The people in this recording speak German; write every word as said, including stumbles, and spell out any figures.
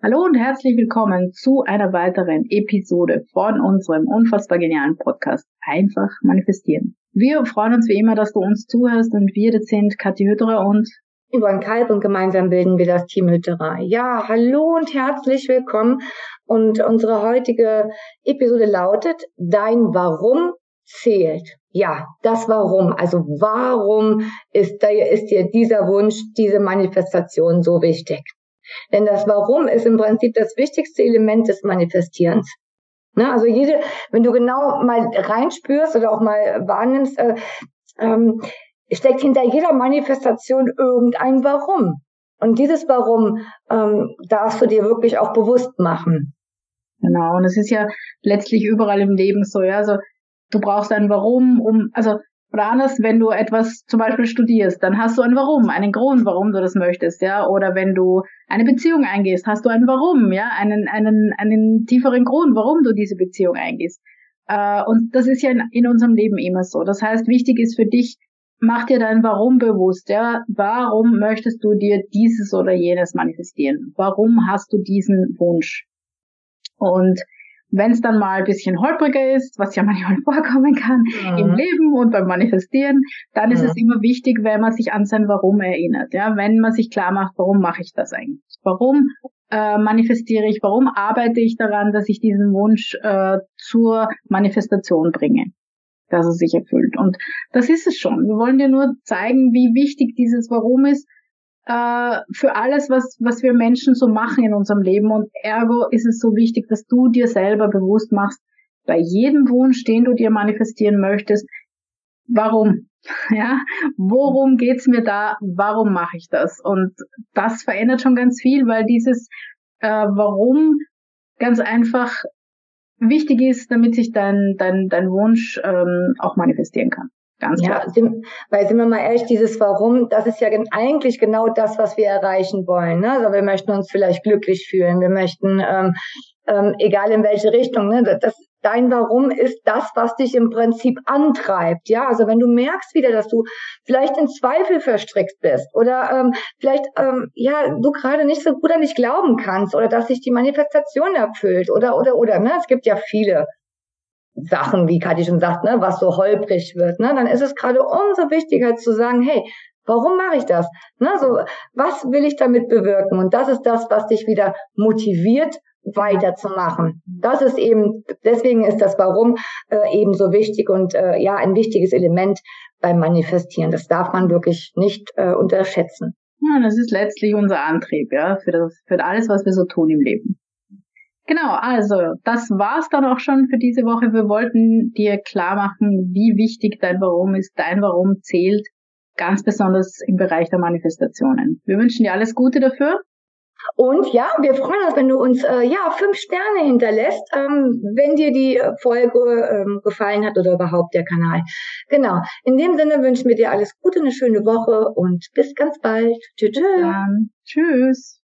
Hallo und herzlich willkommen zu einer weiteren Episode von unserem unfassbar genialen Podcast Einfach manifestieren. Wir freuen uns wie immer, dass du uns zuhörst und wir, das sind Kathi Hütterer und Yvonne Kalb und gemeinsam bilden wir das Team Hütterer. Ja, hallo und herzlich willkommen und unsere heutige Episode lautet Dein Warum zählt. Ja, das Warum. Also warum ist, da, ist dir dieser Wunsch, diese Manifestation so wichtig? Denn das Warum ist im Prinzip das wichtigste Element des Manifestierens. Ne, also jede, wenn du genau mal reinspürst oder auch mal wahrnimmst, äh, ähm, steckt hinter jeder Manifestation irgendein Warum. Und dieses Warum ähm, darfst du dir wirklich auch bewusst machen. Genau, und es ist ja letztlich überall im Leben so, ja, also du brauchst ein Warum, um, also oder anders, wenn du etwas zum Beispiel studierst, dann hast du ein Warum, einen Grund, warum du das möchtest, ja. Oder wenn du eine Beziehung eingehst, hast du ein Warum, ja, einen einen einen tieferen Grund, warum du diese Beziehung eingehst. Äh, und das ist ja in, in unserem Leben immer so. Das heißt, wichtig ist für dich, mach dir dein Warum bewusst, ja. Warum möchtest du dir dieses oder jenes manifestieren? Warum hast du diesen Wunsch? Und wenn es dann mal ein bisschen holpriger ist, was ja manchmal vorkommen kann mhm. im Leben und beim Manifestieren, dann mhm. ist es immer wichtig, wenn man sich an sein Warum erinnert. Ja, wenn man sich klar macht, warum mache ich das eigentlich? Warum äh, manifestiere ich? Warum arbeite ich daran, dass ich diesen Wunsch äh, zur Manifestation bringe, dass er sich erfüllt? Und das ist es schon. Wir wollen dir nur zeigen, wie wichtig dieses Warum ist, für alles, was was wir Menschen so machen in unserem Leben. Und ergo ist es so wichtig, dass du dir selber bewusst machst, bei jedem Wunsch, den du dir manifestieren möchtest, warum? Ja, worum geht's mir da? Warum mache ich das? Und das verändert schon ganz viel, weil dieses äh, Warum ganz einfach wichtig ist, damit sich dein dein dein Wunsch ähm, auch manifestieren kann. Ganz klar. Ja, sind, weil sind wir mal ehrlich, dieses Warum, das ist ja gen- eigentlich genau das, was wir erreichen wollen. Ne? Also wir möchten uns vielleicht glücklich fühlen, wir möchten, ähm, ähm, egal in welche Richtung, ne? das, dein Warum ist das, was dich im Prinzip antreibt. Ja, also wenn du merkst wieder, dass du vielleicht in Zweifel verstrickt bist oder ähm, vielleicht ähm, ja du gerade nicht so gut an dich glauben kannst oder dass sich die Manifestation erfüllt oder oder oder. Ne? Es gibt ja viele Sachen, wie Kathi schon sagt, ne, was so holprig wird, ne, dann ist es gerade umso wichtiger zu sagen, hey, warum mache ich das? Ne, so, was will ich damit bewirken? Und das ist das, was dich wieder motiviert, weiterzumachen. Das ist eben, deswegen ist das Warum äh, eben so wichtig und äh, ja, ein wichtiges Element beim Manifestieren. Das darf man wirklich nicht äh, unterschätzen. Ja, das ist letztlich unser Antrieb, ja, für das, für alles, was wir so tun im Leben. Genau, also das war's dann auch schon für diese Woche. Wir wollten dir klar machen, wie wichtig dein Warum ist. Dein Warum zählt ganz besonders im Bereich der Manifestationen. Wir wünschen dir alles Gute dafür. Und ja, wir freuen uns, wenn du uns äh, ja fünf Sterne hinterlässt, ähm, wenn dir die Folge ähm, gefallen hat oder überhaupt der Kanal. Genau. In dem Sinne wünschen wir dir alles Gute, eine schöne Woche und bis ganz bald. Tschüss. Dann, tschüss.